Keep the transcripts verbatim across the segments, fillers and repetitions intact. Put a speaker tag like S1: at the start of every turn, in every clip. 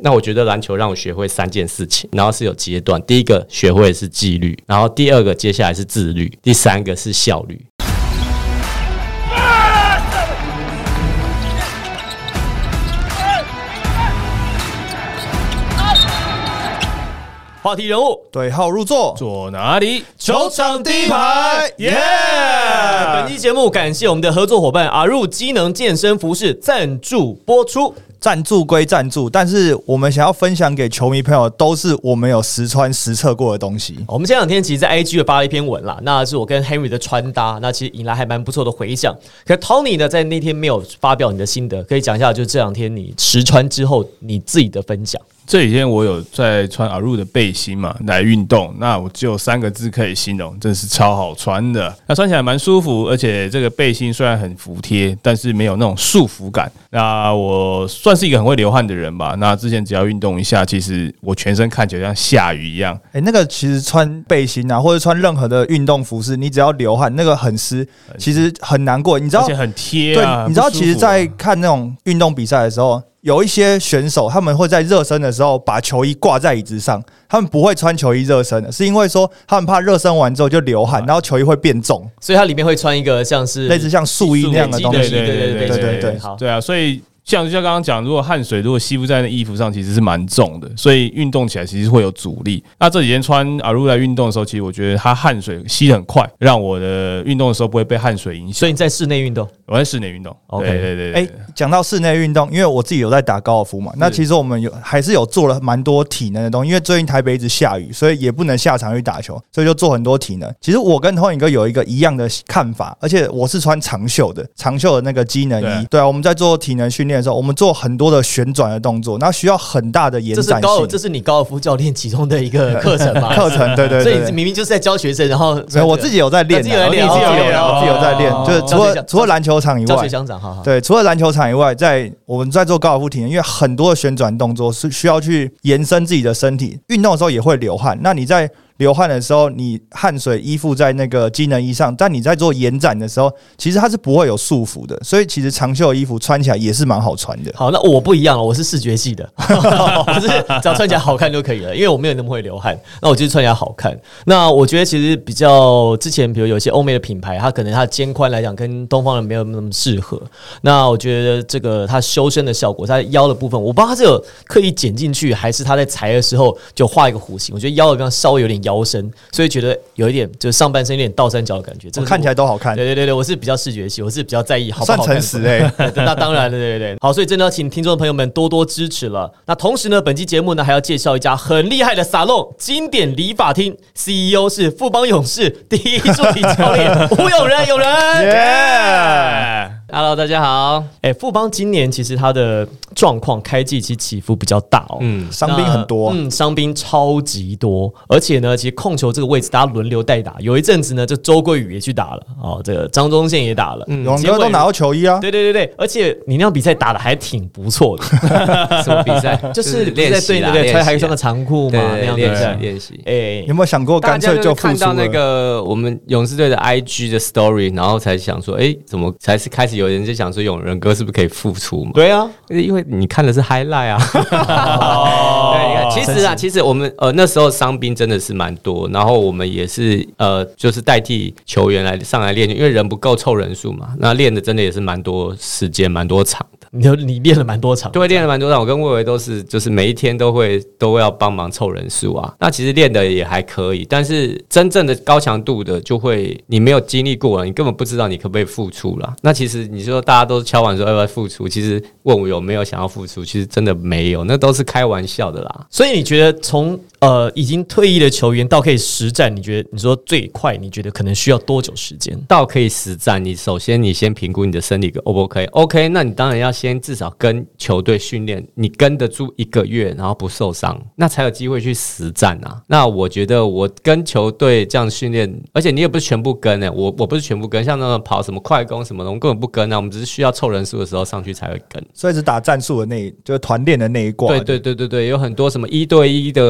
S1: 那我觉得篮球让我学会三件事情，然后是有阶段。第一个学会的是纪律，然后第二个接下来是自律，第三个是效率。话题人物
S2: 对号入座，
S3: 坐哪里？
S2: 球场第一排，耶、
S3: yeah!
S1: 本期节目感谢我们的合作伙伴阿入机能健身服饰赞助播出。
S2: 赞助归赞助，但是我们想要分享给球迷朋友，都是我们有实穿实测过的东西。
S1: 我们前两天其实在 I G 有发了一篇文啦，那是我跟 Henry 的穿搭，那其实引来还蛮不错的回响。可 Tony 呢，在那天没有发表你的心得，可以讲一下，就这两天你实穿之后你自己的分享。
S3: 这几天我有在穿阿入的背心嘛来运动，那我只有三个字可以形容，真是超好穿的。那穿起来蛮舒服，而且这个背心虽然很服帖，但是没有那种束缚感。那我算是一个很会流汗的人吧，那之前只要运动一下，其实我全身看起来像下雨一样。
S2: 哎、欸，那个其实穿背心啊，或者穿任何的运动服饰，你只要流汗，那个很湿，其实很难过。你知道，
S3: 而且很贴啊。
S2: 对，你知道，其实，在看那种运动比赛的时候。有一些选手，他们会在热身的时候把球衣挂在椅子上，他们不会穿球衣热身的，是因为说他们怕热身完之后就流汗，然后球衣会变重，
S1: 所以它里面会穿一个像是
S2: 类似像束衣那样的东西。
S1: 对对对对对对对，
S3: 好，对啊，所以。像就像刚刚讲，如果汗水如果吸附在那衣服上，其实是蛮重的，所以运动起来其实会有阻力。那这几天穿阿入来运动的时候，其实我觉得它汗水吸得很快，让我的运动的时候不会被汗水影响。
S1: 所以你在室内运动，
S3: 我在室内运动。
S1: OK，
S3: 对对对对。
S2: 哎，讲到室内运动，因为我自己有在打高尔夫嘛，那其实我们有还是有做了蛮多体能的东西。因为最近台北一直下雨，所以也不能下场去打球，所以就做很多体能。其实我跟Tony哥有一个一样的看法，而且我是穿长袖的，长袖的那个机能衣。对, 对啊，我们在做体能训练的时候，我们做很。很多的旋转的动作，然后需要很大的延展性。这是
S1: 高，这是你高尔夫教练其中的一个课程嘛？
S2: 课程，对 对, 对。
S1: 所以你明明就是在教学生，然后
S2: 我自己有在练，
S1: 自己有练，
S2: 我自己有练，我自己有在练。就是除了除了篮球场以外，
S1: 教学乡长，好好。
S2: 对，除了篮球场以外，在我们在做高尔夫体能，因为很多的旋转动作是需要去延伸自己的身体，运动的时候也会流汗。那你在流汗的时候，你汗水依附在那个机能衣上，但你在做延展的时候，其实它是不会有束缚的，所以其实长袖的衣服穿起来也是蛮好穿的。
S1: 好，那我不一样了，我是视觉系的，我是只要穿起来好看就可以了，因为我没有那么会流汗，那我就是穿起来好看。那我觉得其实比较之前，比如有一些欧美的品牌，它可能它的肩宽来讲跟东方人没有那么适合。那我觉得这个它修身的效果，它腰的部分，我不知道它是有刻意剪进去，还是它在裁的时候就画一个弧形。我觉得腰的地方稍微有点腰。腰身，所以觉得有一点就是上半身有点倒三角的感觉，这个
S2: 看起来都好看。
S1: 对对对对，我是比较视觉系，我是比较在意好不好看。
S2: 算诚实哎，
S1: 那当然了，对对对。好，所以真的要请听众朋友们多多支持了。那同时呢，本期节目呢还要介绍一家很厉害的沙龙——经典理发厅 ，C E O 是富邦勇士第一助理教练吴永仁，永仁。
S3: 耶
S1: Hello， 大家好。哎、欸，富邦今年其实它的状况开季其实起伏比较大哦，
S2: 嗯，伤兵很多，
S1: 嗯，伤兵超级多，而且呢，其实控球这个位置大家轮流代打，有一阵子呢，就周桂宇也去打了，哦，这个张宗宪也打了，
S2: 嗯，永哥都拿到球衣啊，
S1: 对对对对，而且你那场比赛打的还挺不错的，
S4: 什么比赛？
S1: 就是练习啦，对对对，还有穿个长裤嘛，那样
S4: 练习练习。
S1: 哎，
S2: 有没有想过干脆就
S4: 看到那个我们勇士队的 I G 的 story， 然后才想说，哎，怎么才是开始有人就想说永仁哥是不是可以复出嘛？
S1: 对啊，
S4: 因为你看的是 highlight 啊。对，你看，其实啊，其实我们呃那时候伤兵真的是蛮多，然后我们也是呃就是代替球员来上来练，因为人不够凑人数嘛，那练的真的也是蛮多时间，蛮多场的。
S1: 你你练了蛮多场，
S4: 对，练了蛮多场。我跟魏伟都是，就是每一天都会都会要帮忙凑人数啊。那其实练的也还可以，但是真正的高强度的，就会你没有经历过了，你根本不知道你可不可以付出啦。那其实你说大家都敲完说要不要付出，其实问我有没有想要付出，其实真的没有，那都是开玩笑的啦。
S1: 所以你觉得从呃已经退役的球员到可以实战，你觉得你说最快，你觉得可能需要多久时间？
S4: 到可以实战，你首先你先评估你的身体 O 不 OK？OK， 那你当然要先至少跟球队训练，你跟得住一个月，然后不受伤，那才有机会去实战啊。那我觉得我跟球队这样训练，而且你也不是全部跟诶、欸，我我不是全部跟，像那种跑什么快攻什么的，我们根本不跟啊，我们只是需要凑人数的时候上去才会跟，
S2: 所以是打战术的那一，就是团练的那一挂。
S4: 对对对对对，有很多什么一对一的啊，那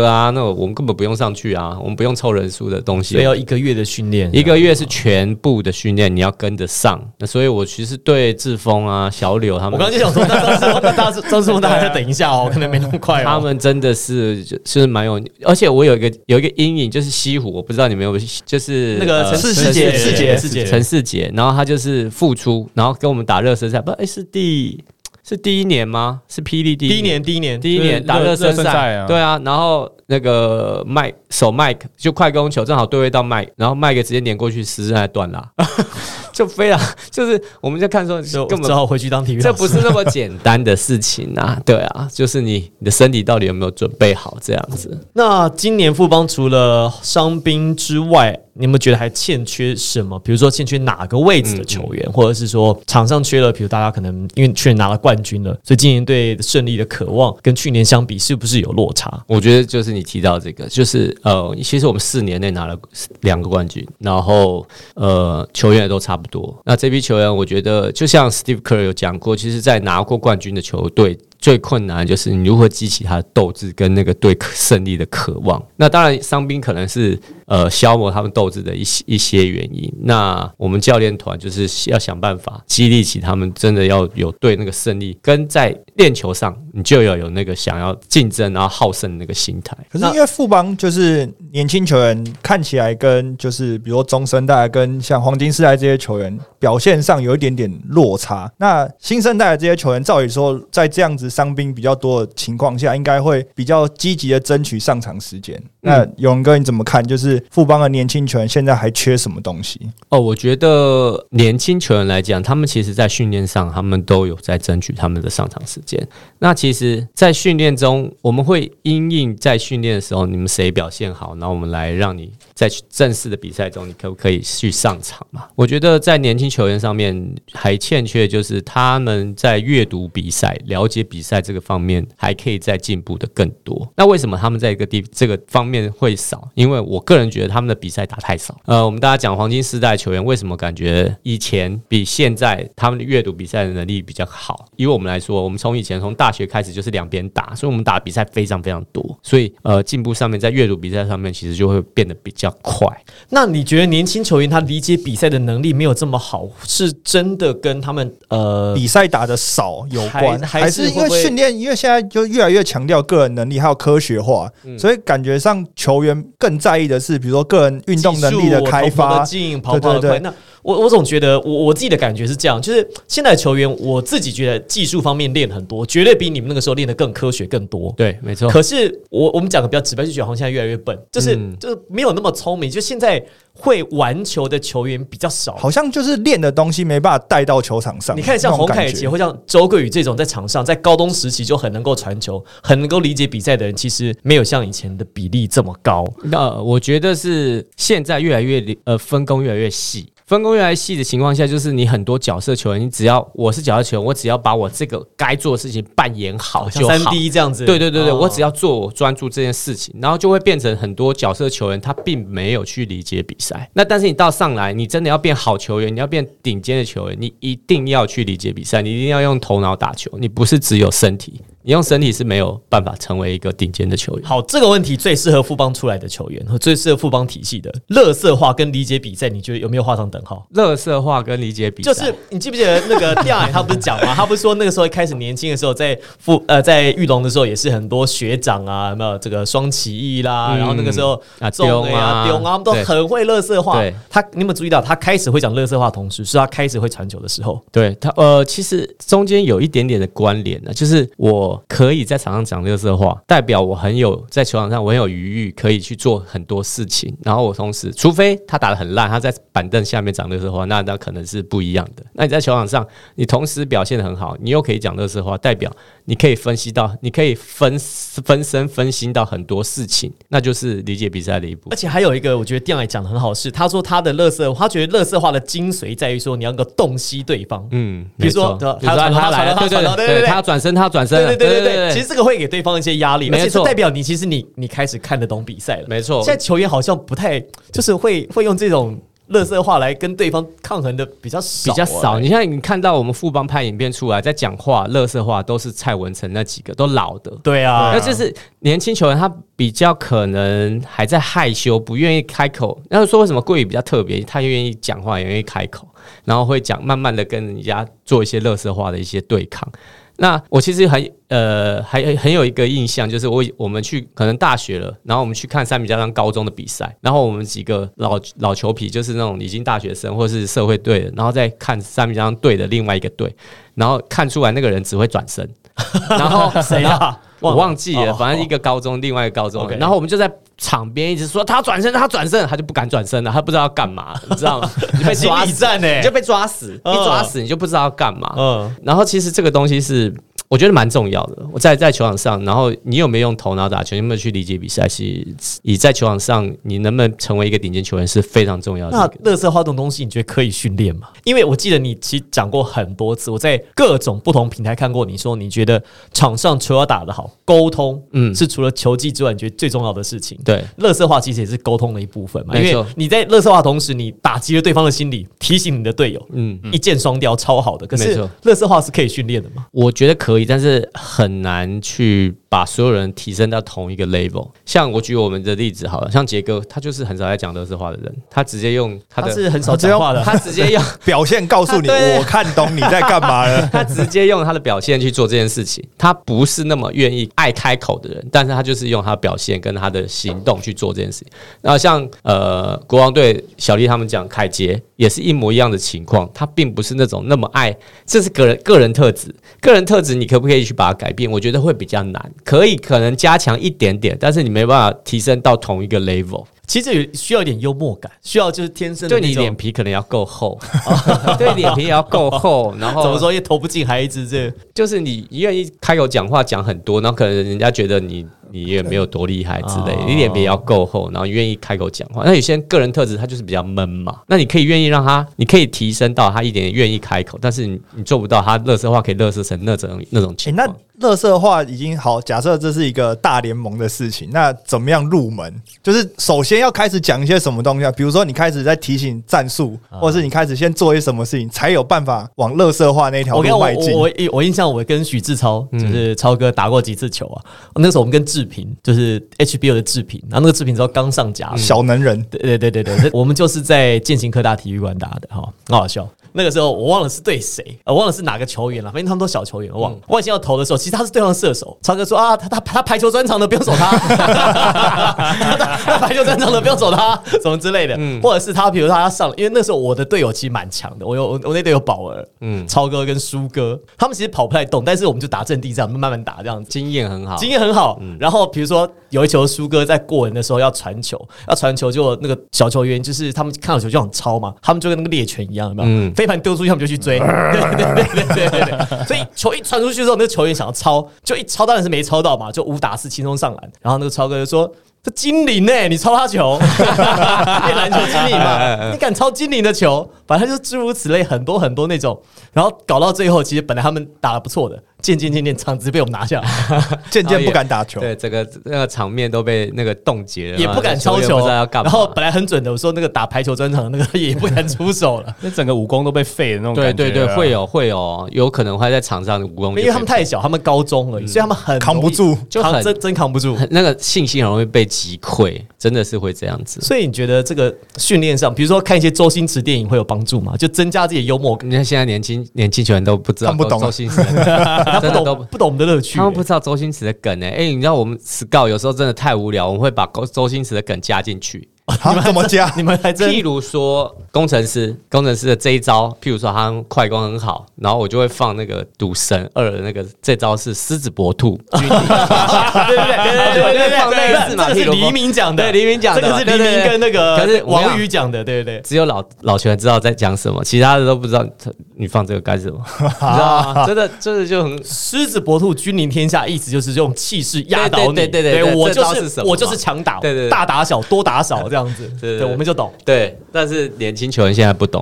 S4: 那我们根本不用上去啊，我们不用凑人数的东西，
S1: 所以要一个月的训练，
S4: 一个月是全部的训练，你要跟得上。那所以我其实对志峰啊、小柳他们，
S1: 我刚刚就想说，那张志峰，那大张志峰，大家再等一下哦，可能没那么快哦。
S4: 他们真的是就是蛮有，而且我有一个有一个阴影，就是西湖，我不知道你们有没有，就是
S1: 那个陈世
S2: 杰
S1: 世杰世杰
S4: 陈世杰，然后他就是复出，然后跟我们打热身赛，不，哎是第。是第一年吗？是霹雳第
S1: 一年，第一年，
S4: 第一年打热身赛啊，对啊，然后那个麦手麦克就快攻球正好对位到麦，然后麦克直接碾过去，实在断了，就非常就是我们在看说根本
S1: 只好回去当体育老师，
S4: 这不是那么简单的事情啊，对啊，就是你你的身体到底有没有准备好这样子。
S1: 那今年富邦除了伤兵之外，你有没有觉得还欠缺什么？比如说欠缺哪个位置的球员，嗯嗯或者是说场上缺了，比如大家可能因为去年拿了冠军了，所以今年对胜利的渴望跟去年相比是不是有落差？
S4: 我觉得就是你提到这个，就是呃，其实我们四年内拿了两个冠军，然后呃，球员也都差不多。那这批球员，我觉得就像 Steve Kerr 有讲过，其实在拿过冠军的球队。最困难的就是你如何激起他的斗志跟那个对胜利的渴望。那当然，伤兵可能是呃消磨他们斗志的一些一些原因。那我们教练团就是要想办法激励起他们，真的要有对那个胜利跟在练球上，你就要有那个想要竞争然后好胜的那个心态。
S2: 可是因为富邦就是年轻球员看起来跟就是比如说中生代跟像黄金世代这些球员表现上有一点点落差。那新生代的这些球员，照理说在这样子伤兵比较多的情况下，应该会比较积极的争取上场时间。那勇哥你怎么看？就是富邦的年轻球员现在还缺什么东西？
S4: 哦，我觉得年轻球员来讲，他们其实在训练上，他们都有在争取他们的上场时间。那其实，在训练中，我们会因应在训练的时候，你们谁表现好，然后我们来让你在正式的比赛中，你可不可以去上场嘛？我觉得在年轻球员上面还欠缺，就是他们在阅读比赛、了解比赛这个方面，还可以再进步的更多。那为什么他们在一个地这个方面会少？因为我个人觉得他们的比赛打太少。呃，我们大家讲黄金时代球员，为什么感觉以前比现在他们的阅读比赛的能力比较好？以我们来说，我们从以前从大学开始就是两边打，所以我们打的比赛非常非常多，所以呃进步上面在阅读比赛上面其实就会变得比较快。
S1: 那你觉得年轻球员他理解比赛的能力没有这么好，是真的跟他们呃
S2: 比赛打的少有关，
S1: 还,
S2: 还是因为训练？因为现在就越来越强调个人能力还有科学化，嗯、所以感觉上球员更在意的是，比如说个人运动能力的开发，
S1: 的进跑跑的快。那我我总觉得我我自己的感觉是这样，就是现在的球员，我自己觉得技术方面练很多，绝对比你们那个时候练得更科学更多。
S4: 对，没错。
S1: 可是我我们讲的比较直白，就觉得好像现在越来越笨，就是、嗯、就是没有那么聪明。就现在会玩球的球员比较少，
S2: 好像就是练的东西没办法带到球场上。
S1: 你看，像洪凯杰或像周桂宇这种在场上在高中时期就很能够传球、很能够理解比赛的人，其实没有像以前的比例这么高。
S4: 那我觉得是现在越来越呃分工越来越细。分工越来越细的情况下，就是你很多角色球员，你只要我是角色球员，我只要把我这个该做的事情扮演好就好。
S1: 三 D 这样子，
S4: 对对对对，哦、我只要做我专注这件事情，然后就会变成很多角色球员他并没有去理解比赛。那但是你到上来，你真的要变好球员，你要变顶尖的球员，你一定要去理解比赛，你一定要用头脑打球，你不是只有身体。你用身体是没有办法成为一个顶尖的球员。
S1: 好，这个问题最适合富邦出来的球员和最适合富邦体系的垃圾化跟理解比赛，你觉得有没有画上等号？
S4: 垃圾化跟理解比赛，
S1: 就是你记不记得那个调海他不是讲吗？他不是说那个时候一开始年轻的时候，在富呃在玉龙的时候也是很多学长啊，有没有这个双起义啦、嗯，然后那个时候
S4: 啊丢啊
S1: 丢啊，他们都很会垃圾化。他你有没有注意到，他开始会讲垃圾化的同时，是他开始会传球的时候。
S4: 对他呃，其实中间有一点点的关联呢，就是我可以在场上讲垃圾话，代表我很有在球场上我很有余裕，可以去做很多事情。然后我同时，除非他打得很烂，他在板凳下面讲垃圾话，那那可能是不一样的。那你在球场上，你同时表现得很好，你又可以讲垃圾话，代表你可以分析到，你可以分分身分心到很多事情，那就是理解比赛的一步。
S1: 而且还有一个，我觉得电海讲得很好，是他说他的垃圾，他觉得垃圾话的精髓在于说你要能够洞悉对方。
S4: 嗯，
S1: 比如说
S4: 他他来了，对对对对，他转身，他转身，
S1: 对对对对对，其实这个会给对方一些压力，
S4: 而
S1: 且这代表你其实你你开始看得懂比赛了。
S4: 没错，
S1: 现在球员好像不太就是会会用这种垃圾话来跟对方抗衡的比较少、
S4: 比较少。你像你看到我们富邦拍影片出来，在讲话垃圾话都是蔡文成那几个都老的，
S1: 对啊，
S4: 那就是年轻球员他比较可能还在害羞，不愿意开口。那说为什么桂宇比较特别，他愿意讲话，也愿意开口，然后会讲慢慢的跟人家做一些垃圾话的一些对抗。那我其实很呃还很有一个印象，就是我我们去可能大学了，然后我们去看三民家商高中的比赛，然后我们几个老老球皮，就是那种已经大学生或是社会队的，然后再看三民家商队的另外一个队，然后看出来那个人只会转身，然后
S1: 谁啊？
S4: 我忘记了，
S1: 哦
S4: 反正一个高中，另外一个高中，
S1: OK
S4: 然后我们就在场边一直说他转身，他转身，他就不敢转身了，他不知道要干嘛，你知道吗？你就被抓死，
S1: 心理战欸
S4: 你就被抓死，
S1: 嗯
S4: 一抓死你就不知道要干嘛。
S1: 嗯，
S4: 然后其实这个东西是我觉得蛮重要的。我在在球场上，然后你有没有用头脑打球，你有没有去理解比赛，是以在球场上你能不能成为一个顶尖球员是非常重要的。
S1: 那垃圾话这种东西，你觉得可以训练吗？因为我记得你其实讲过很多次，我在各种不同平台看过你说，你觉得场上球要打得好，沟通，嗯，是除了球技之外，你觉得最重要的事情。
S4: 对，
S1: 垃圾话其实也是沟通的一部分嘛，因
S4: 没错
S1: 为你在垃圾话的同时，你打击了对方的心理，提醒你的队友，嗯，一箭双雕，超好的。可是
S4: 没错
S1: 垃圾话是可以训练的吗？
S4: 我觉得可以，但是很难去把所有人提升到同一个 level。像我举我们的例子好了，像杰哥，他就是很少在讲垃圾话的人，他直接用他的
S1: 他是很少讲话的，
S4: 他直接用
S2: 表现告诉你，
S4: 对
S2: 我看懂你在干嘛了。
S4: 他直接用他的表现去做这件事情。他不是那么愿意爱开口的人，但是他就是用他的表现跟他的行动去做这件事情。然后像呃国王队小丽他们讲凯杰也是一模一样的情况，他并不是那种那么爱，这是个人个人特质，个人特质你可不可以去把它改变？我觉得会比较难，可以可能加强一点点，但是你没办法提升到同一个 level。
S1: 其实有需要一点幽默感，需要就是天生的
S4: 对你
S1: 那种
S4: 脸皮可能要够厚，对脸皮也要够厚，然后
S1: 怎么说也投不进，还一直这
S4: 就是你愿意开口讲话讲很多，然后可能人家觉得你你也没有多厉害之类的，
S1: 哦
S4: 你脸皮也要够厚，然后愿意开口讲话。那有些人个人特质他就是比较闷嘛，那你可以愿意让他，你可以提升到他一点点愿意开口，但是你你做不到他垃圾话可以垃圾成那种那种情况。
S2: 欸那垃圾话已经好，假设这是一个大联盟的事情，那怎么样入门？就是首先要开始讲一些什么东西啊？比如说你开始在提醒战术，或者是你开始先做一些什么事情，才有办法往垃圾话那条路迈进。
S1: 我我我我印象，我跟许志超就是超哥打过几次球啊。那时候我们跟志平，就是 H B O 的志平，然后那个志平之后刚上甲，
S2: 小能人，
S1: 对对对对对，我们就是在建行科大体育馆打的哈，很好笑。那个时候我忘了是对谁，我忘了是哪个球员了，反正他们都小球员，我忘了。我以前要投的时候，其实他是对方的射手。超哥说啊，他他他排球专长的，不用守他；他排球专长的，不用守他，什么之类的。或者是他，比如说他要上，因为那时候我的队友其实蛮强的，我有我我那队有宝儿，嗯，超哥跟舒哥，他们其实跑不太动，但是我们就打阵地战，慢慢打这样子，
S4: 经验很好，
S1: 经验很好。然后比如说有一球，舒哥在过人的时候要传球，要传球，就那个小球员就是他们看到球就想抄嘛，他们就跟那个猎犬一样，有没有？嗯，飞盘丢出去，他们就去追。对对对对对对，所以球一传出去之后，那个球员想要抄，就一抄当然是没抄到嘛，就五打四轻松上篮。然后那个超哥就说：“这精灵呢、欸？你抄他球，练篮球精灵嘛？你敢抄精灵的球？反正就是诸如此类，很多很多那种。然后搞到最后，其实本来他们打得不错的。”渐渐渐渐，场子被我们拿下来，
S2: 渐渐不敢打球。
S4: 对，整个那个场面都被那个冻结了，
S1: 也不敢抄球，
S4: 不知道要干嘛。
S1: 然后本来很准的，我说那个打排球专场的那个也不敢出手了，
S3: 那整个武功都被废的那种感觉。
S4: 对对对，会有会有，有可能会在场上的武功，
S1: 因为他们太小，他们高中而已，所以他们很
S2: 扛不住，
S1: 就很真真扛不住，
S4: 那个信心很容易被击溃，真的是会这样子。
S1: 所以你觉得这个训练上，比如说看一些周星驰电影会有帮助吗？就增加自己的幽默感。
S4: 你看现在年轻年轻球员都不知道，
S2: 看不懂
S4: 周星驰，
S1: 他不懂不懂。我们的乐趣、欸，
S4: 他们不知道周星驰的梗呢、欸。哎、欸，你知道我们 Scout 有时候真的太无聊，我们会把周星驰的梗加进去。
S2: 你们怎么加？
S1: 你们还真
S4: 譬如说工程师，工程师的这一招，譬如说他快攻很好，然后我就会放那个赌神二的那个这招是狮子搏兔，对对
S1: 对对对对，
S4: 放类似嘛。
S1: 这个是黎明讲的，
S4: 对黎明讲的，
S1: 这个是黎明跟那个可是王宇讲的，对对对。
S4: 只有老老球员知道在讲什么，其他的都不知道。你放这个干什么？你知道吗？真的，真的就很
S1: 狮子搏兔，君临天下，意思就是用气势压倒你。
S4: 对对对对，
S1: 我就是我就是强打，
S4: 对对，
S1: 大打小，多打少这样子。对，我们就懂。
S4: 对，但是年轻球员现在不懂了。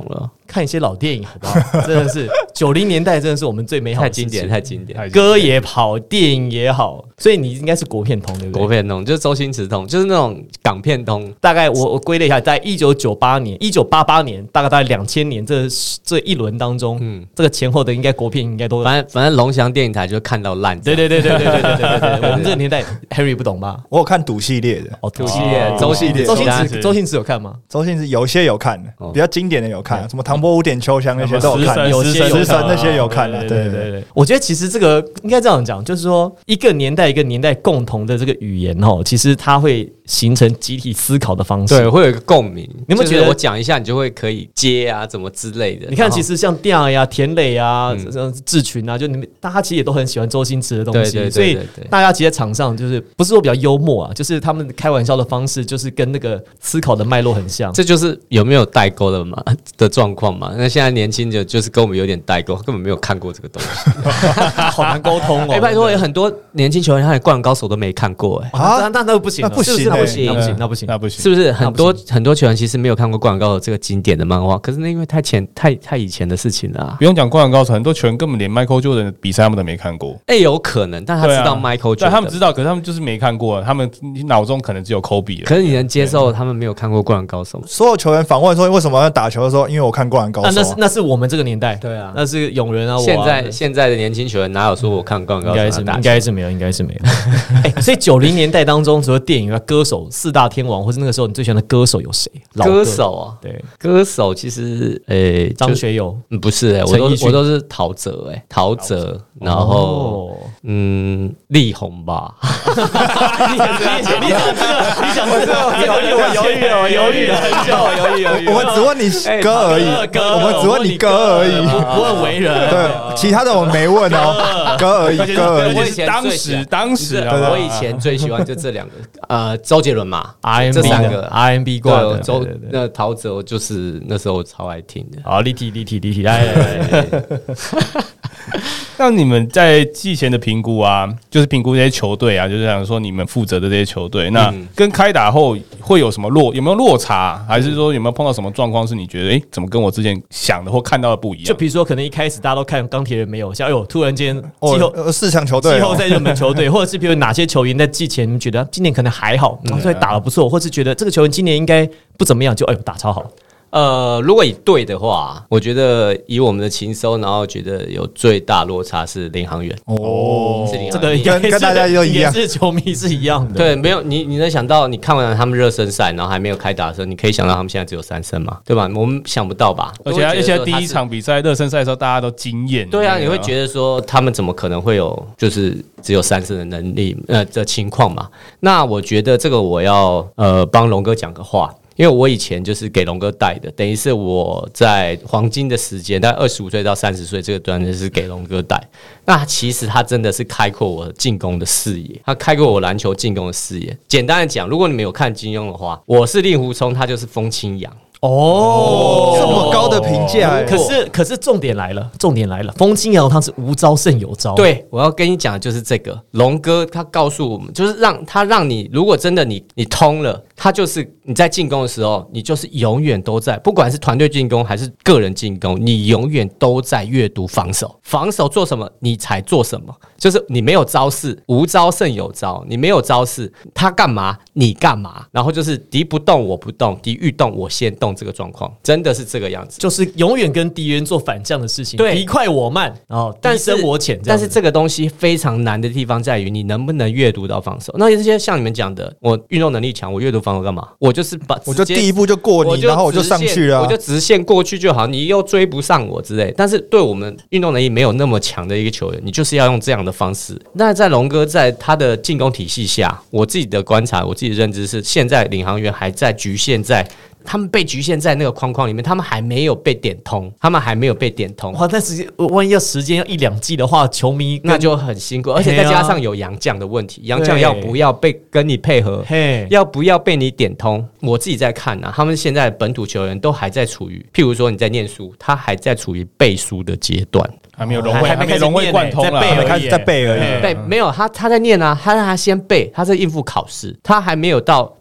S1: 看一些老电影，好不好？真的是九零年代，真的是我们最美好的
S4: 太经典，太经典，
S1: 歌也好，电影也好，所以你应该是国片通，对不对？
S4: 国片通就是周星驰通，就是那种港片通。
S1: 大概我我归类一下，在一九九八年、一九八八年，大概大概两千年这这一轮当中，嗯，这个前后的应该国片应该都，
S4: 反正反正龙翔电影台就看到烂。
S1: 对对对对对对对对对对，我们这个年代 ，Harry 不懂吧？
S2: 我有看赌系列的，
S1: 哦，
S4: 赌系列，周星
S1: 周星驰，周星驰有看吗？
S2: 周星驰有些有看，比较经典的有看，什么唐伯虎点秋香那些都有看，
S1: 有些
S2: 食神那些有看的。对对对，
S1: 我觉得其实这个应该这样讲，就是说一个年代一个年代共同的这个语言哦，其实它会形成集体思考的方式，
S4: 对，会有一个共鸣。
S1: 你有没有觉得
S4: 我讲一下，你就会可以接啊，怎么之类的？
S1: 你看，其实像调呀、田磊啊、志群啊，就你们大家其实也都很喜欢周星驰的东西，所以大家其实在场上就是不是说比较幽默啊，就是他们开玩笑的方式，就是跟那个思考的脉络很像。
S4: 这就是有没有代沟的嘛的状况嘛？那现在年轻人就是跟我们有点代沟，根本没有看过这个东西，
S1: 好难沟通哦。
S4: 哎，拜托，有很多年轻球员，他连《灌篮高手》都没看过，哎
S1: 啊，那那不行，
S2: 那不行，
S1: 那不行，那不行，那不行，
S3: 那不行，
S4: 是不是？很多很多球员其实没有看过《灌篮高手》这个经典的漫画，可是那因为太前太太以前的事情了。
S3: 不用讲《灌篮高手》，很多球员根本连 Michael Jordan 的比赛他们都没看过。
S4: 哎，有可能，但他知道 Michael Jordan，
S3: 对，他们知道，可是他们就是没看过，他们脑中可能只有 Kobe 了。
S4: 可是你能接受他们没有看过《灌篮高手》吗？
S2: 所有球员访问说为什么要打球的时候，因为我看《灌篮高手》。
S1: 那是那是我们这个年代，
S4: 对啊，
S1: 那是永仁啊。
S4: 现在现在的年轻球员哪有说我看《灌篮高手》？
S1: 应该是应该是没有，应该是没有。哎，所以九零年代当中，除了电影啊、歌手四大天王，或是那个时候你最喜欢的歌手有谁？
S4: 歌手啊，
S1: 对，
S4: 歌手其实诶，
S1: 张学友
S4: 不是哎，我都我都是陶喆哎，陶喆，然后嗯，力宏吧。
S1: 你想这个，你想这个，犹豫了，犹豫了，犹豫了很久，犹豫犹豫。
S2: 我们只问你歌而已，我们只问你歌而已，
S1: 不问为人。
S2: 对，其他的我们没问哦，歌而已，歌而已。
S4: 我以前
S3: 当时当时，
S4: 我以前最喜欢就这两个，呃，周杰伦嘛
S1: ，R M B
S4: 这三个
S1: R M B 挂的，
S4: 周那陶喆就是那时候我超爱听的。
S1: 好，立体立体立体，来来来。
S3: 那你们在季前的评估啊，就是评估这些球队啊，就是想说你们负责的这些球队，那跟开打后会有什么落，有没有落差，还是说有没有碰到什么状况是你觉得，哎、欸，怎么跟我之前想的或看到的不一样？
S1: 就比如说，可能一开始大家都看钢铁人没有，像哎呦，突然间季后、
S2: 哦、四强球队、
S1: 季后赛热门球队，或者是比如哪些球员在季前你们觉得今年可能还好，然后所以打得不错，或是觉得这个球员今年应该不怎么样，就哎、欸、打超好。
S4: 呃，如果以队的话，我觉得以我们的情收，然后觉得有最大落差是领航员
S2: 哦，
S4: 是领
S1: 这个
S2: 跟跟大家都一样，
S1: 也是球迷是一样的。
S4: 对，没有你，你能想到你看完他们热身赛，然后还没有开打的时候，你可以想到他们现在只有三胜嘛，对吧？我们想不到吧？
S3: 而且而且第一场比赛热身赛的时候，大家都惊艳。
S4: 对啊，你会觉得说他们怎么可能会有就是只有三胜的能力呃的情况嘛？那我觉得这个我要呃帮龙哥讲个话。因为我以前就是给龙哥带的，等于是我在黄金的时间，大概二十五岁到三十岁这个段就是给龙哥带。那其实他真的是开阔我进攻的视野，他开阔我篮球进攻的视野。简单的讲，如果你没有看金庸的话，我是令狐冲，他就是风清扬。
S2: 哦，这么高的评价、欸，
S1: 可是可是重点来了，重点来了，风清扬他是无招胜有招。
S4: 对，我要跟你讲的就是这个，龙哥他告诉我们，就是让他让你，如果真的你你通了，他就是你在进攻的时候，你就是永远都在，不管是团队进攻还是个人进攻，你永远都在阅读防守，防守做什么你才做什么，就是你没有招式，无招胜有招，你没有招式，他干嘛你干嘛，然后就是敌不动我不动，敌欲动我先动。这个状况真的是这个样子，
S1: 就是永远跟敌人做反向的事情，
S4: 对，
S1: 敌快我慢，然后敌深我浅。
S4: 但是这个东西非常难的地方在于，你能不能阅读到防守？那这些像你们讲的，我运动能力强，我阅读防守干嘛？我就是把
S2: 我就第一步就过你，然后我就上去了、啊，
S4: 我就直线过去就好，你又追不上我之类。但是对我们运动能力没有那么强的一个球员，你就是要用这样的方式。那在龙哥在他的进攻体系下，我自己的观察，我自己的认知是，现在领航员还在局限在。他们被局限在那个框框里面，他们还没有被点通，他们还没有被点通。
S1: 哇，但是万一要时间要一两季的话，球迷
S4: 那就很辛苦，而且再加上有洋将的问题，洋将要不要被跟你配合，要不要被你点通？我自己在看啊，他们现在本土球员都还在处于，譬如说你在念书，他还在处于背书的阶段。
S3: 还没有融会，还没融会贯通啦，
S2: 还没开始在背而已。
S4: 背没有他，他在念啊，他让他先背，他在应付考试，他还没有到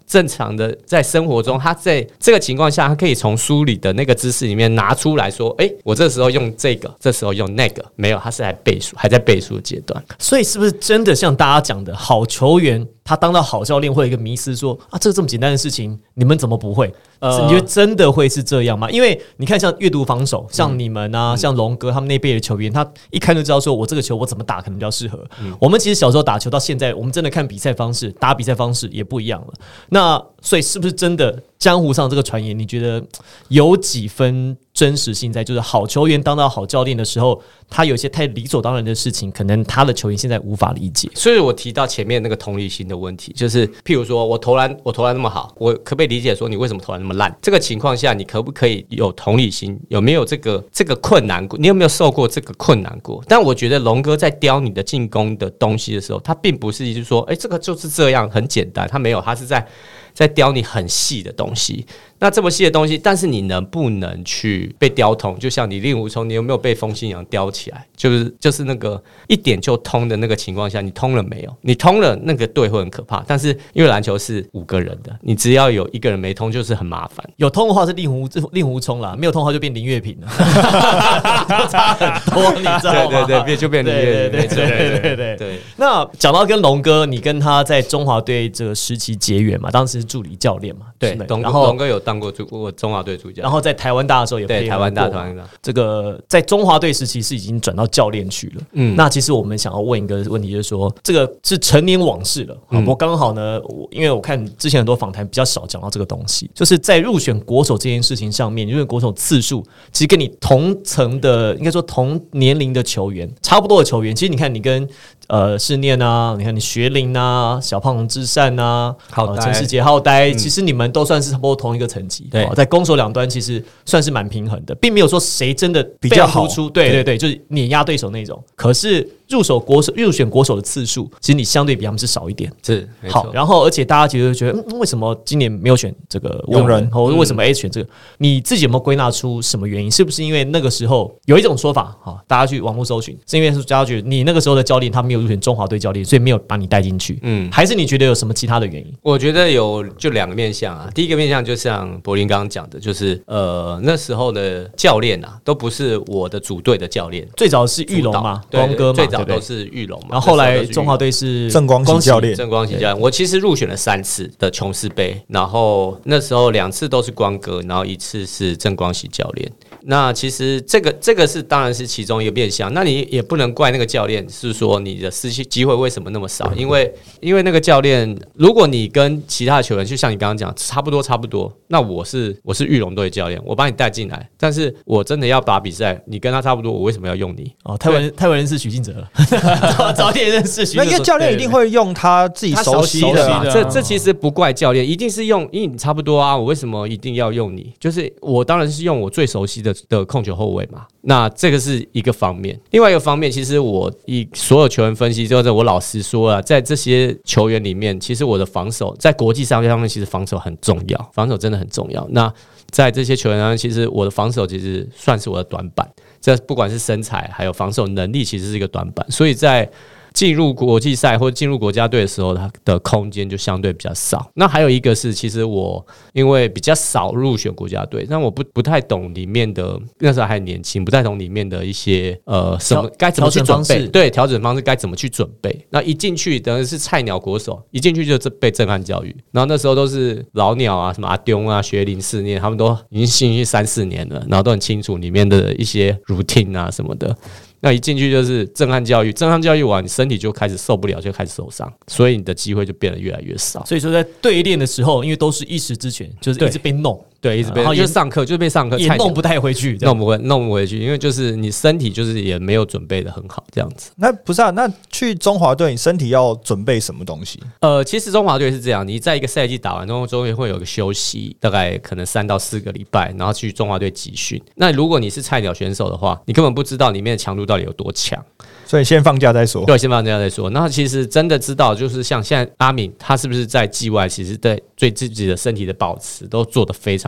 S4: 正常的在生活中，他在这个情况下，他可以从书里的那个知识里面拿出来说，哎，我这时候用这个，这时候用那个，没有，他是在背书，还在背书的阶段。
S1: 所以是不是真的像大家讲的，好球员他当到好教练会有一个迷思说啊，这个这么简单的事情，你们怎么不会？呃，你觉得真的会是这样吗？因为你看，像阅读防守，像你们啊，嗯、像龙哥他们那辈的球员，他一看就知道说，我这个球我怎么打可能比较适合。嗯、我们其实小时候打球到现在，我们真的看比赛方式，打比赛方式也不一样了。那所以是不是真的江湖上这个传言，你觉得有几分真实性在？就是好球员当到好教练的时候，他有一些太理所当然的事情，可能他的球员现在无法理解。
S4: 所以我提到前面那个同理心的问题，就是譬如说我投篮，我投篮那么好，我可不可以理解说你为什么投篮那么烂？这个情况下，你可不可以有同理心？有没有这个这个困难过？你有没有受过这个困难过？但我觉得龙哥在雕你的进攻的东西的时候，他并不是就是说，哎、欸，这个就是这样很简单，他没有，他是在在雕你很细的东西。那这么细的东西，但是你能不能去被雕通？就像你令狐冲，你有没有被风信阳雕起来？就是就是那个一点就通的那个情况下，你通了没有？你通了，那个队会很可怕。但是因为篮球是五个人的，你只要有一个人没通，就是很麻烦。
S1: 有通的话是令狐令狐冲啦，没有通的话就变林月平了，差很多，你知道吗？
S4: 对对对，就变林月平。
S1: 对对对对对对对。那讲到跟龙哥，你跟他在中华队这个时期结缘嘛，当时是助理教练嘛，
S4: 对，
S1: 然后
S4: 龙哥有当过我中华队主教，
S1: 然后在台湾大的时候也
S4: 对台湾大，台湾大
S1: 这个在中华队时期是已经转到教练去了。嗯，那其实我们想要问一个问题，就是说这个是陈年往事了。嗯、我刚好呢，我因为我看之前很多访谈比较少讲到这个东西，就是在入选国手这件事情上面，入选国手次数其实跟你同层的，应该说同年龄的球员差不多的球员，其实你看你跟呃世念啊，你看你学林啊，小胖之善啊，
S4: 浩呆、
S1: 陈世杰、浩呆，其实你们都算是差不多同一个层级。对，在攻守两端其实算是蛮平衡的，并没有说谁真的
S2: 比较好。
S1: 对对对，就是碾压对手那种。可是入手国手入选国手的次数，其实你相对比他们是少一点。
S4: 是
S1: 好，然后而且大家其实觉得，嗯，为什么今年没有选这个庸人，或者为什么 A 选这个？你自己有没有归纳出什么原因？是不是因为那个时候有一种说法，哈，大家去网络搜寻，是因为大家觉得你那个时候的教练他没有入选中华队教练，所以没有把你带进去？嗯，还是你觉得有什么其他的原因？
S4: 我觉得有就两个面向啊。第一个面向就像柏林刚刚讲的，就是呃那时候的教练啊，都不是我的组队的教练，
S1: 最早是玉龙嘛，光哥嘛，
S4: 最早都是玉龙嘛，
S1: 然后后来中华队是
S2: 郑光喜教练，
S4: 郑光喜教练。我其实入选了三次的琼斯杯，然后那时候两次都是光哥，然后一次是郑光喜教练。那其实这个这个是当然是其中一个面向，那你也不能怪那个教练，是说你的失去机会为什么那么少？因为因为那个教练，如果你跟其他的球员，就像你刚刚讲，差不多差不多，那我是我是玉龙队教练，我把你带进来，但是我真的要打比赛，你跟他差不多，我为什么要用你？
S1: 哦，太文太文认识许晋哲了，早点认识许晋哲，
S2: 那个教练一定会用他自己熟悉的，
S4: 的啊、这这其实不怪教练，一定是用，因为你差不多啊，我为什么一定要用你？就是我当然是用我最熟悉的的控球后卫嘛。那这个是一个方面，另外一个方面，其实我以所有球员分析之后，我老实说啊，在这些球员里面，其实我的防守在国际赛上面，其实防守很重要，防守真的很重要。那在这些球员上面，其实我的防守其实算是我的短板，这不管是身材还有防守能力，其实是一个短板，所以在进入国际赛或者进入国家队的时候，它的空间就相对比较少。那还有一个是，其实我因为比较少入选国家队，但我不不太懂里面的，那时候还年轻，不太懂里面的一些呃什么该怎么去准备，对调整方式该怎么去准备。那一进去等于是菜鸟国手，一进去就被震撼教育。然后那时候都是老鸟啊，什么阿丢啊、学林四念，他们都已经进去三四年了，然后都很清楚里面的一些 routine 啊什么的。那一进去就是震撼教育，震撼教育完，你身体就开始受不了，就开始受伤，所以你的机会就变得越来越少。
S1: 所以说在对练的时候，因为都是一时之权，就是一直被弄，
S4: 对，一直被，然后就是上课就是被上课，
S1: 也弄不太回去，
S4: 弄不回，弄不回去，因为就是你身体就是也没有准备的很好，这样子。
S2: 那不是啊？那去中华队，你身体要准备什么东西？
S4: 呃，其实中华队是这样，你在一个赛季打完之后，中间会有个休息，大概可能三到四个礼拜，然后去中华队集训。那如果你是菜鸟选手的话，你根本不知道里面的强度到底有多强。
S2: 所以先放假再说。
S4: 对，先放假再说。那其实真的知道，就是像现在阿敏，他是不是在季外，其实对对自己的身体的保持都做得非常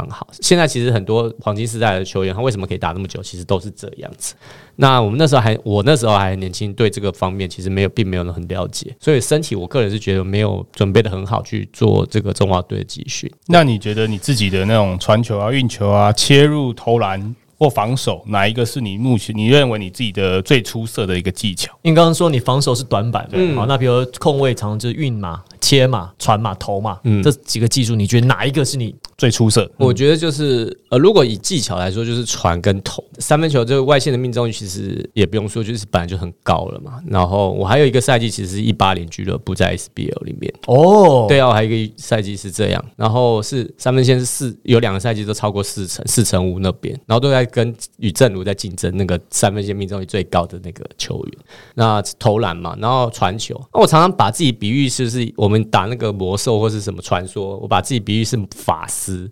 S4: 常好。现在其实很多黄金时代的球员，他为什么可以打那么久，其实都是这样子。那我们那时候还，我那时候还很年轻，对这个方面其实没有，并没有很了解，所以身体我个人是觉得没有准备的很好去做这个中华队的集训。
S3: 那你觉得你自己的那种传球啊、运球啊、切入、投篮或防守，哪一个是你目前你认为你自己的最出色的一个技巧？
S1: 因为刚刚说你防守是短板，
S4: 嗯
S1: 好，那比如控卫常常就是运嘛、切嘛、传嘛、投嘛，
S4: 嗯
S1: 这几个技术，你觉得哪一个是你
S3: 最出色？
S4: 我觉得就是呃，如果以技巧来说，就是传跟投。三分球这个外线的命中率其实也不用说，就是本来就很高了嘛。然后我还有一个赛季其实是一八零俱乐部在 S B L 里面。
S1: 哦，
S4: 对啊，我还有一个赛季是这样，然后是三分线是四，有两个赛季都超过四成，四成五那边，然后都在跟与正如在竞争那个三分线命中率最高的那个球员。那投篮嘛，然后传球，那我常常把自己比喻是不是我们打那个魔兽或是什么传说，我把自己比喻是法师。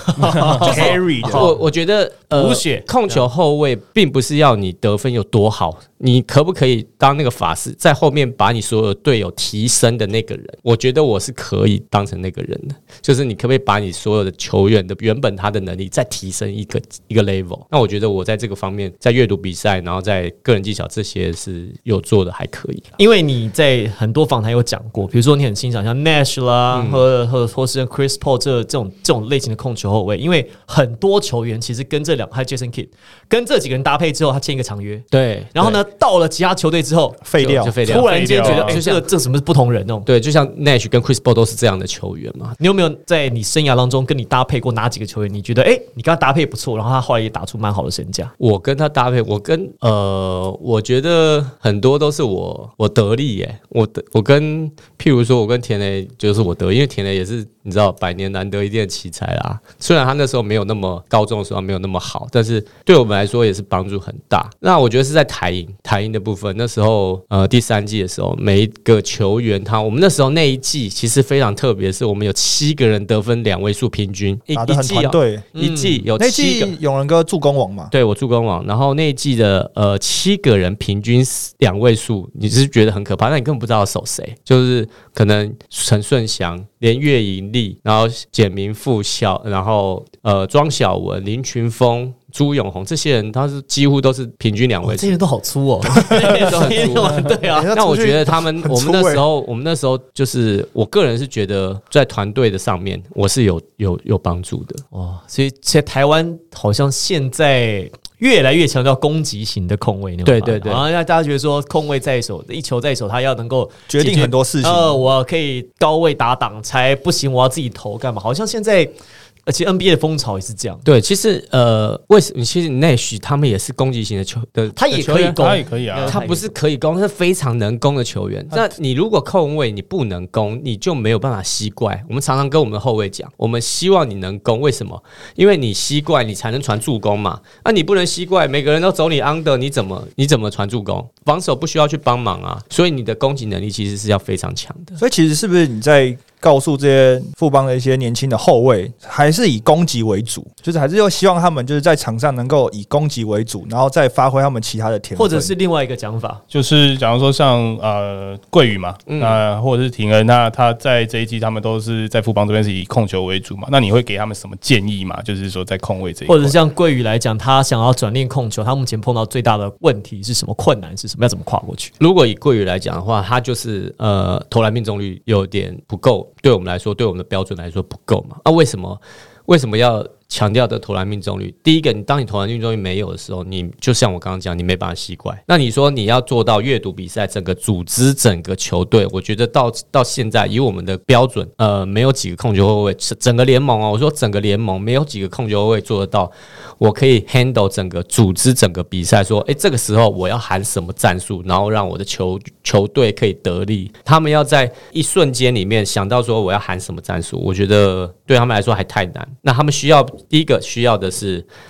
S2: carry 的，
S4: 我我觉得呃
S1: 补血，
S4: 控球后卫并不是要你得分有多好，你可不可以当那个法师，在后面把你所有队友提升的那个人？我觉得我是可以当成那个人的，就是你可不可以把你所有的球员的原本他的能力再提升一个一个 level？那我觉得我在这个方面，在阅读比赛，然后在个人技巧这些是有做的还可以啦。
S1: 因为你在很多访谈有讲过，比如说你很欣赏像 Nash 啦，
S4: 嗯
S1: 或或或是 Chris Paul 这这种这种类型的控球后卫，因为很多球员其实跟这两还有 Jason Kidd 跟这几个人搭配之后，他签一个长约，
S4: 对，
S1: 然后呢，到了其他球队之后
S2: 废掉
S4: 就废掉
S1: 突然间觉得，哎、
S3: 废掉啊
S1: 欸，这个这什么是不同人那种？
S4: 对，就像 Nash 跟 Chris Paul 都是这样的球员嘛。
S1: 你有没有在你生涯当中跟你搭配过哪几个球员？你觉得，哎、欸，你跟他搭配不错，然后他后来也打出蛮好的身价。
S4: 我跟他搭配，我跟呃，我觉得很多都是我我得力耶。我的我跟譬如说，我跟田雷就是我得力，因为田雷也是你知道百年难得一见的奇才啦。虽然他那时候没有那么高中的时候没有那么好，但是对我们来说也是帮助很大。那我觉得是在台银台银的部分，那时候呃第三季的时候，每一个球员他我们那时候那一季其实非常特别，是我们有七个人得分两位数平均，一
S2: 打得很
S4: 一季
S2: 团队。
S4: 一季有
S2: 那
S4: 七个。
S2: 季永仁哥助攻王嘛，
S4: 对我助攻王，然后那一季的呃七个人平均两位数，你是觉得很可怕，那你根本不知道守谁，就是可能陈顺祥、连岳盈利，然后简明富、小，然后呃庄小文、林群峰、朱永红这些人，他是几乎都是平均两位数
S1: 这些，人都好粗哦，
S4: 都很粗。
S1: 对啊，
S4: 那我觉得他们，
S2: 很
S4: 我们那
S2: 粗欸
S4: 时候，我们那时候就是，我个人是觉得在团队的上面，我是有有有帮助的。
S1: 哇，所以其实台湾好像现在越来越强调攻击型的控卫，
S4: 对对对
S1: 然后让大家觉得说控卫在手，一球在手，他要能够
S2: 决定很多事情。
S1: 呃，我可以高位打挡拆，不行，我要自己投干嘛？好像现在。而且 N B A 的风潮也是这样，
S4: 对，其实呃，为什么？其实 Nash 他们也是攻击型的球的，
S1: 他也可以攻，
S3: 他也可以啊，
S4: 他不是可以攻，他是非常能攻的球员。那你如果控卫你不能攻，你就没有办法吸怪。我们常常跟我们的后卫讲，我们希望你能攻，为什么？因为你吸怪，你才能传助攻嘛。那、啊、你不能吸怪，每个人都走你 under， 你怎么你怎么传助攻？防守不需要去帮忙啊，所以你的攻击能力其实是要非常强的。
S2: 所以其实是不是你在告诉这些富邦的一些年轻的后卫，还是以攻击为主，就是还是又希望他们就是在场上能够以攻击为主，然后再发挥他们其他的天分，
S1: 或者是另外一个讲法，
S3: 就是假如说像呃桂宇嘛，
S4: 嗯
S3: 那、呃、或者是廷恩，那他在这一季他们都是在富邦这边是以控球为主嘛，那你会给他们什么建议嘛？就是说在控卫这一块，
S1: 或者是像桂宇来讲，他想要转练控球，他目前碰到最大的问题是什么？困难是什么？要怎么跨过去？
S4: 如果以桂宇来讲的话，他就是呃投篮命中率有点不够，对我们来说，对我们的标准来说不够嘛。那、啊、为什么？为什么要强调的投篮命中率？第一个，你当你投篮命中率没有的时候，你就像我刚刚讲，你没办法吸怪。那你说你要做到阅读比赛，整个组织整个球队，我觉得到到现在以我们的标准，呃，没有几个控球后卫，整个联盟哦，我说整个联盟没有几个控球后卫做得到，我可以 handle 整个组织整个比赛，说，哎，这个时候我要喊什么战术，然后让我的球球队可以得利。他们要在一瞬间里面想到说我要喊什么战术，我觉得对他们来说还太难。那他们需要第一个需要的是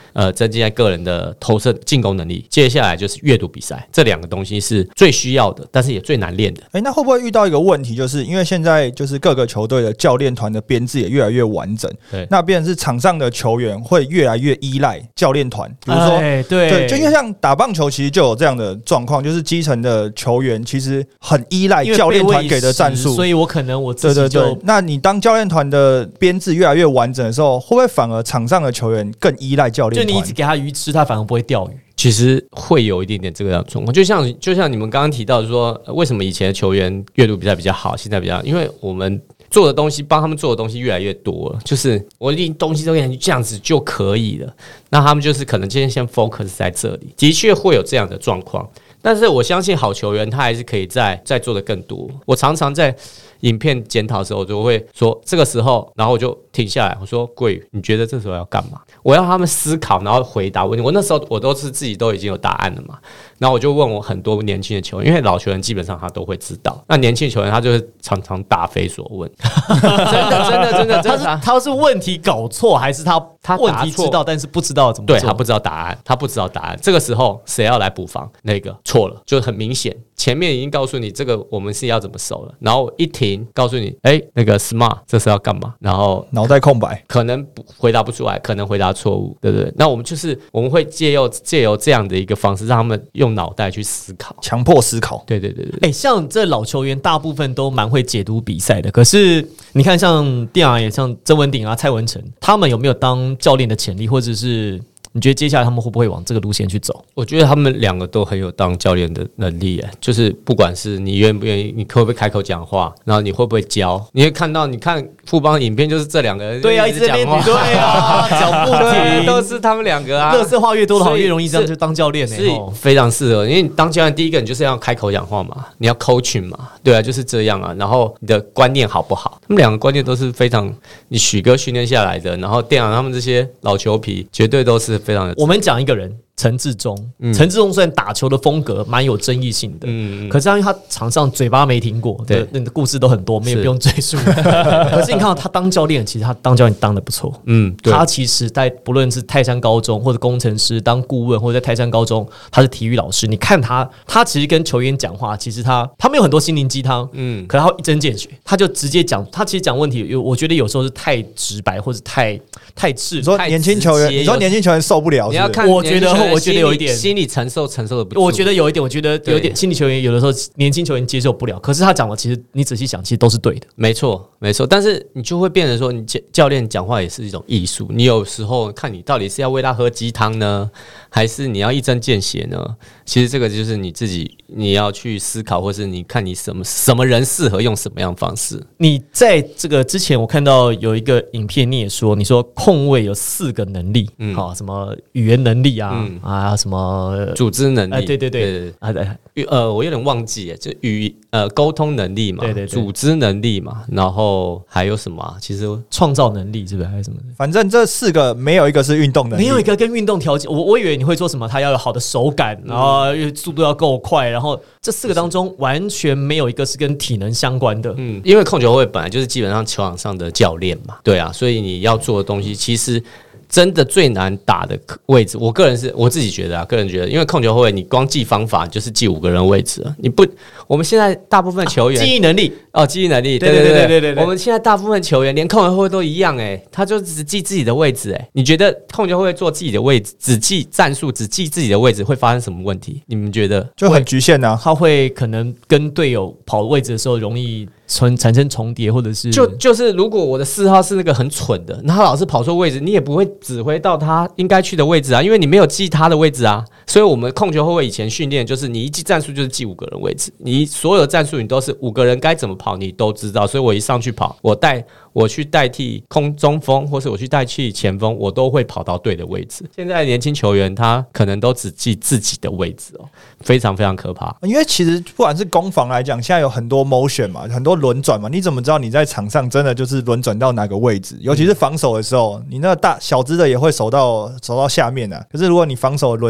S4: 呃增进在个人的投射进攻能力。接下来就是阅读比赛，这两个东西是最需要的，但是也最难练的。
S2: 哎、欸，那会不会遇到一个问题，就是因为现在就是各个球队的教练团的编制也越来越完整，
S4: 对，
S2: 那变成是场上的球员会越来越依赖教练团，比如说，
S1: 哎、对
S2: 对，就因为像打棒球其实就有这样的状况，就是基层的球员其实很依赖教练团给的战术，
S1: 所以我可能我自己就
S2: 对对对，那你当教练团的编制越来越完整的时候，会不会反而场上的球员更依赖教练团？
S1: 就你一直给他鱼吃，他反而不会钓鱼。
S4: 其实会有一点点这个样状况，就像就像你们刚刚提到说，为什么以前的球员阅读比赛比较好，现在比较，因为我们做的东西，帮他们做的东西越来越多了，就是我一定东西都给你这样子就可以了，那他们就是可能今天先 focus 在这里，的确会有这样的状况。但是我相信好球员他还是可以再再做的更多。我常常在影片检讨的时候，我就会说这个时候，然后我就停下来，我说桂宇，你觉得这时候要干嘛？我要他们思考，然后回答问题。我那时候我都是自己都已经有答案了嘛，然后我就问我很多年轻的球员，因为老球员基本上他都会知道，那年轻球员他就是常常答非所问，真的真的真的，
S1: 他是他是问题搞错，还是他
S4: 他
S1: 问题知道，但是不知道怎么做？
S4: 对，他不知道答案，他不知道答案。这个时候谁要来补防？那个错了，就很明显，前面已经告诉你这个我们是要怎么守了，然后一停告诉你，哎、欸，那个 smart 这是要干嘛？然后
S2: 脑袋空白，
S4: 可能回答不出来，可能回答错误，对不对？那我们就是我们会借由借由这样的一个方式，让他们用脑袋去思考，
S2: 强迫思考。
S4: 对对对对，
S1: 哎、欸，像这老球员大部分都蛮会解读比赛的，可是你看像电啊，也像曾文鼎啊、蔡文成，他们有没有当教练的潜力，或者是？你觉得接下来他们会不会往这个路线去走？
S4: 我觉得他们两个都很有当教练的能力，就是不管是你愿不愿意，你会不会开口讲话，然后你会不会教，你会看到，你看富邦的影片就是这两个人，
S1: 对啊，一直讲话，对啊，讲不停，
S4: 都是他们两个啊。
S1: 垃圾话越多的好，越容易这样就当教练呢、欸，
S4: 所以非常适合。因为你当教练，第一个你就是要开口讲话嘛，你要 coaching 嘛，对啊，就是这样啊。然后你的观念好不好？他们两个观念都是非常你许哥训练下来的，然后电啊他们这些老球皮绝对都是。非常的，
S1: 我们讲一个人，陈志忠。陈、嗯、志忠虽然打球的风格蛮有争议性的，嗯，可是因为他场上嘴巴没停过，对，那个故事都很多，我们也不用赘述。可是你看到他当教练，其实他当教练当得不错，嗯，对，他其实在不论是泰山高中或者工程师当顾问，或者在泰山高中他是体育老师，你看他，他其实跟球员讲话，其实他他没有很多心灵鸡汤，嗯，可是他会一针见血，他就直接讲，他其实讲问题，我觉得有时候是太直白，或者太太赤，
S2: 你说年轻球员，你说年轻球员受不了是不是，
S4: 你要看，
S1: 我觉得我觉得有一点
S4: 心理承受承受的不住，
S1: 我觉得有一点，我觉得有一点心理球员有的时候年轻球员接受不了，可是他讲的其实你仔细想，其实都是对的，
S4: 没错没错。但是你就会变成说，你教练讲话也是一种艺术，你有时候看你到底是要喂他喝鸡汤呢，还是你要一针见血呢？其实这个就是你自己你要去思考，或是你看你什么什么人适合用什么样的方式。
S1: 你在这个之前，我看到有一个影片，你也说，你说控卫有四个能力，嗯，好，什么语言能力啊，嗯、啊，什么
S4: 组织能力，
S1: 哎、对对对，对
S4: 啊，对，呃，我有点忘记，就语呃沟通能力嘛，
S1: 对对对，
S4: 组织能力嘛，然后还有什么、啊？其实
S1: 创造能力是不是还是什么？
S2: 反正这四个没有一个是运动能力，
S1: 没有一个跟运动条件。我我以为你会说什么，他要有好的手感，然后速度要够快，然后这四个当中完全没有一个是跟体能相关的。
S4: 嗯，因为控球会本来就是基本上球场上的教练嘛，对啊，所以你要做的东西其实。真的最难打的位置，我个人是我自己觉得啊，个人觉得，因为控球后卫你光记方法就是记五个人位置了，你不，我们现在大部分球员、
S1: 啊、记忆能力
S4: 哦，记忆能力，
S1: 对对对对对 对, 对，
S4: 我们现在大部分球员连控球后卫都一样哎、欸，他就只记自己的位置哎、欸，你觉得控球后卫做自己的位置，只记战术，只记自己的位置会发生什么问题？你们觉得
S2: 就很局限啊？
S1: 他会可能跟队友跑位置的时候容易。产生重叠，或者是
S4: 就就是如果我的四号是那个很蠢的，那他老是跑错位置，你也不会指挥到他应该去的位置啊，因为你没有记他的位置啊。所以我们控球后卫以前训练就是你一记战术就是记五个人位置，你所有的战术你都是五个人该怎么跑你都知道，所以我一上去跑，我带我去代替空中锋，或是我去代替前锋，我都会跑到对的位置。现在的年轻球员他可能都只记自己的位置哦，非常非常可怕。
S2: 因为其实不管是攻防来讲，现在有很多 motion 嘛，很多轮转嘛，你怎么知道你在场上真的就是轮转到哪个位置？尤其是防守的时候，你那个大小只的也会守到守到下面啊。可是如果你防守轮转那些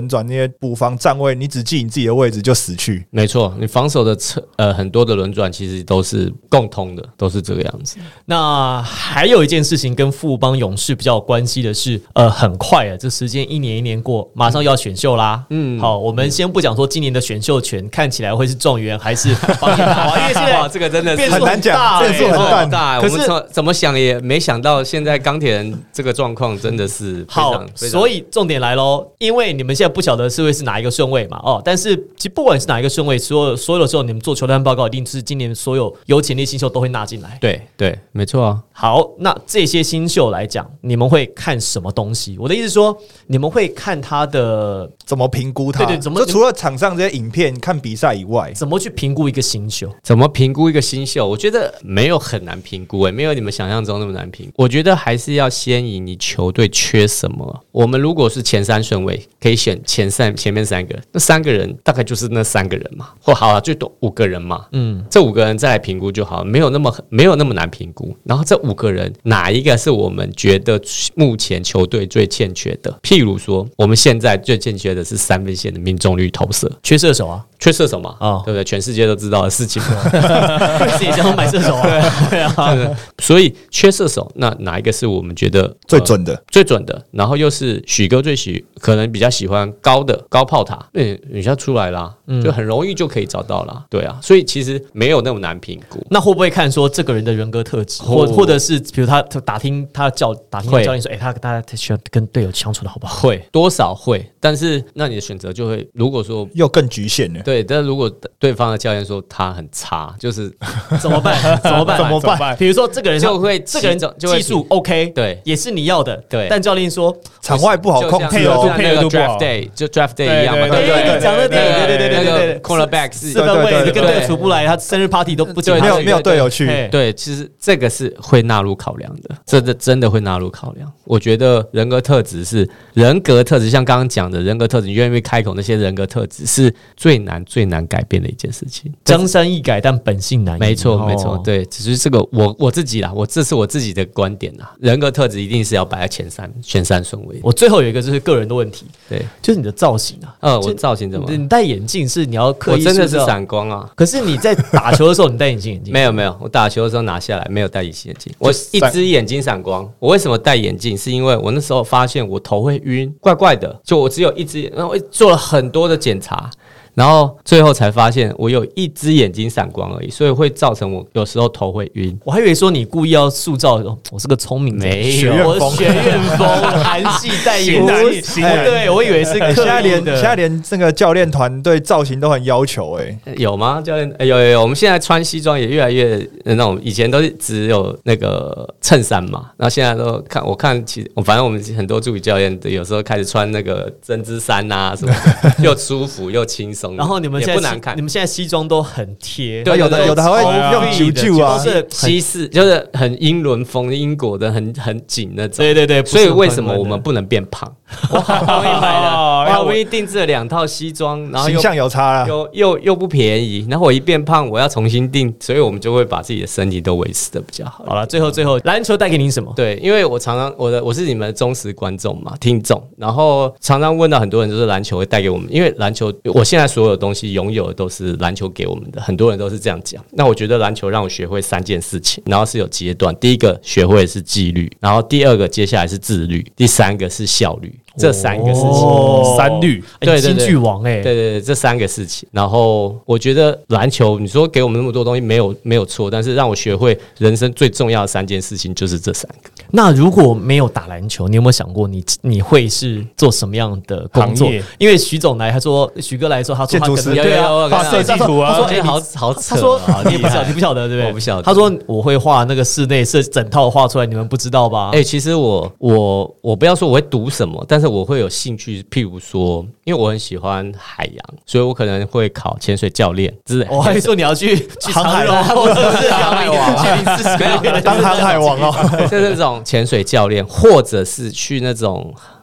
S2: 补防站位，你只记你自己的位置就死去。
S4: 没错，你防守的侧呃很多的轮转其实都是共通的，都是这个样子。
S1: 那还有一件事情跟富邦勇士比较有关系的是，呃，很快啊，这时间一年一年过，马上又要选秀啦。嗯，好，我们先不讲说今年的选秀权看起来会是状元还是邦彦大华，因为现在
S4: 这个真的是
S2: 很难讲，变数很大。
S4: 可是我们怎么想也没想到，现在钢铁人这个状况真的是
S1: 好，所以重点来喽，因为你们现在不晓得是会是哪一个顺位嘛，哦，但是其实不管是哪一个顺位，所有所有的时候你们做球探报告，一定是今年所有有潜力新秀都会纳进来。
S4: 对对，没错啊。
S1: 好，那这些新秀来讲，你们会看什么东西？我的意思是说，你们会看他的
S2: 怎么评估他？
S1: 对对，怎么
S2: 就除了场上这些影片、看比赛以外，
S1: 怎么去评估一个新秀？
S4: 怎么评估一个新秀？我觉得没有很难评估，诶，没有你们想象中那么难评估。我觉得还是要先以你球队缺什么。我们如果是前三顺位，可以选前三前面三个，那三个人大概就是那三个人嘛，或好了最多五个人嘛，嗯，这五个人再来评估就好，没有那么没有那么难评估。然后这五个人哪一个是我们觉得目前球队最欠缺的？譬如说，我们现在最欠缺的是三分线的命中率投射，
S1: 缺射手啊，
S4: 缺射手嘛，
S1: 哦，
S4: 对不对？全世界都知道的事情嘛，
S1: 自己想要买射手啊，对啊，
S4: 所以缺射手，那哪一个是我们觉得
S2: 最准的、
S4: 呃、最准的？然后又是许哥最喜可能比较喜欢高的高炮塔，对，你现在出来啦，嗯、就很容易就可以找到啦，对啊，所以其实没有那么难评估。
S1: 那会不会看说这个人的人格特质，或或者是比如他打听他教打听教练说，哎、欸，他大家需要跟队友相处的好不好？
S4: 会多少会，但是那你的选择就会，如果说
S2: 又更局限了。
S4: 对，但如果对方的教练说他很差，就是
S1: 怎么办？怎么办？
S2: 怎么办？
S1: 比如说这个人
S4: 就会
S1: 这个人技术 OK， 对，也是你要的，
S4: 对，
S1: 但教练说
S2: 场外不好控制哦，
S3: 配合度不好
S4: ，draft day 就 draft day 一样嘛，对对
S1: 对，讲的对对对对对对对
S4: ，cornerback 是
S1: 四分位，你跟队友处不来，他生日 party 都不
S2: 没有没有队友去，
S4: 对，其实这个是会纳入考量的，这的真的会纳入考量。我觉得人格特质是人格特质，像刚刚讲的人格特质，你愿意开口那些人格特质是最难最难改变的一件事情。
S1: 江山易改，但本性难移。
S4: 没错，没错，对，只是这个我我自己啦，我这是我自己的观点啦。人格特质一定是要摆在前三前三顺位。
S1: 我最后有一个就是个人的问题，
S4: 对，
S1: 就是你的造型啊。
S4: 呃，我造型怎么？
S1: 你戴眼镜是你要刻意，
S4: 我真的是闪光啊。
S1: 可是你在打球的时候，你戴隐形眼镜？
S4: 没有没有，我打球的时候拿下来没有戴隐形眼镜，我一只眼睛闪光。我为什么戴眼镜？是因为我那时候发现我头会晕，怪怪的，就我只有一只眼，然后我做了很多的检查。然后最后才发现我有一只眼睛闪光而已，所以会造成我有时候头会晕。
S1: 我还以为说你故意要塑造我是个聪明人，
S4: 没有，
S1: 我学院风韩系戴眼镜，对我以为是刻意的。
S2: 现在连现在连这个教练团对造型都很要求哎、
S4: 欸，有吗？教练、欸、有有有，我们现在穿西装也越来越那种，以前都是只有那个衬衫嘛，然后现在都看我看其实反正我们很多助理教练有时候开始穿那个针织衫啊什么的，又舒服又轻松。
S1: 然后你们现在
S4: 不难看，
S1: 你们现在西装都很贴，
S2: 对，有的有的还会用啾啾啊，
S4: 是西式，就是很英伦风、英国的，很很紧那种。
S1: 对对对，
S4: 所以为什么我们不能变胖？我好不容易买了，我好不容易定制了两套西装，然后
S2: 形象有差了，
S4: 又又又不便宜，然后我一变胖，我要重新定，所以我们就会把自己的身体都维持的比较好。
S1: 好了，最后最后，篮球带给你什么？
S4: 对，因为我常常我的我是你们的忠实观众嘛，听众，然后常常问到很多人，就是篮球会带给我们，因为篮球我现在所有东西拥有的都是篮球给我们的，很多人都是这样讲。那我觉得篮球让我学会三件事情，然后是有阶段。第一个学会的是纪律，然后第二个接下来是自律，第三个是效率。这三个事情，
S1: 哦、
S3: 三律，
S4: 对
S1: 金句王哎、欸，
S4: 对对对，这三个事情。然后我觉得篮球，你说给我们那么多东西没有没有错，但是让我学会人生最重要的三件事情就是这三个。
S1: 那如果没有打篮球，你有没有想过你你会是做什么样的工作？因为徐总来，他说徐哥来说，他说他可能
S4: 对啊，
S1: 画设计图啊，
S4: 他说哎、欸，好好扯、啊，
S1: 他说你也不晓得，你不晓得对不对？
S4: 我不晓得。
S1: 他说我会画那个室内设整套画出来，你们不知道吧？
S4: 哎、欸，其实我我我不要说我会读什么，但是我会有兴趣。譬如说，因为我很喜欢海洋，所以我可能会考潜水教练之类。
S1: 我还说你要去去
S2: 航海
S1: 王，或者是航海王，
S2: 当航海王哦，
S4: 就是那种潜水教练，或者是去那种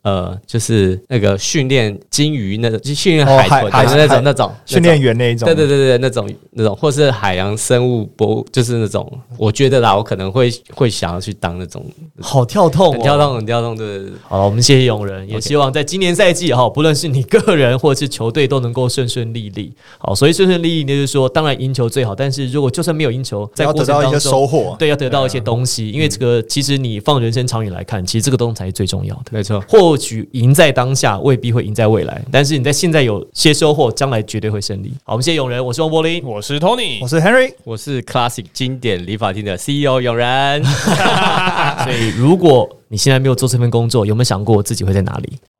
S4: 呃，就是那个训练金鱼那种，就训练海豚
S2: 哦海
S4: 的那种那种
S2: 训练员那一种，
S4: 对对对对，那种那种，或是海洋生物博物，就是那种，我觉得啦，我可能会会想要去当那种，
S1: 好跳痛、哦，
S4: 很跳动，很跳动，对对对。
S1: 好了，我们谢谢永仁，也希望在今年赛季哈，不论是你个人或者是球队都能够顺顺利利。好，所以顺顺利利就是说，当然赢球最好，但是如果就算没有赢球，在
S2: 要
S1: 过程当中
S2: 得到一些收获，
S1: 对，要得到一些东西，因为这个其实你放人生长远来看，其实这个东西才是最重要的。
S4: 没错，
S1: 或许赢在当下未必会赢在未来，但是你在现在有些收获，将来绝对会胜利。好，我们谢谢永仁，我是王柏林，
S3: 我是 Tony，
S2: 我是 Henry，
S4: 我是 Classic 经典理发厅的 C E O 永仁。
S1: 所以如果你现在没有做这份工作，有没有想过自己会在哪里？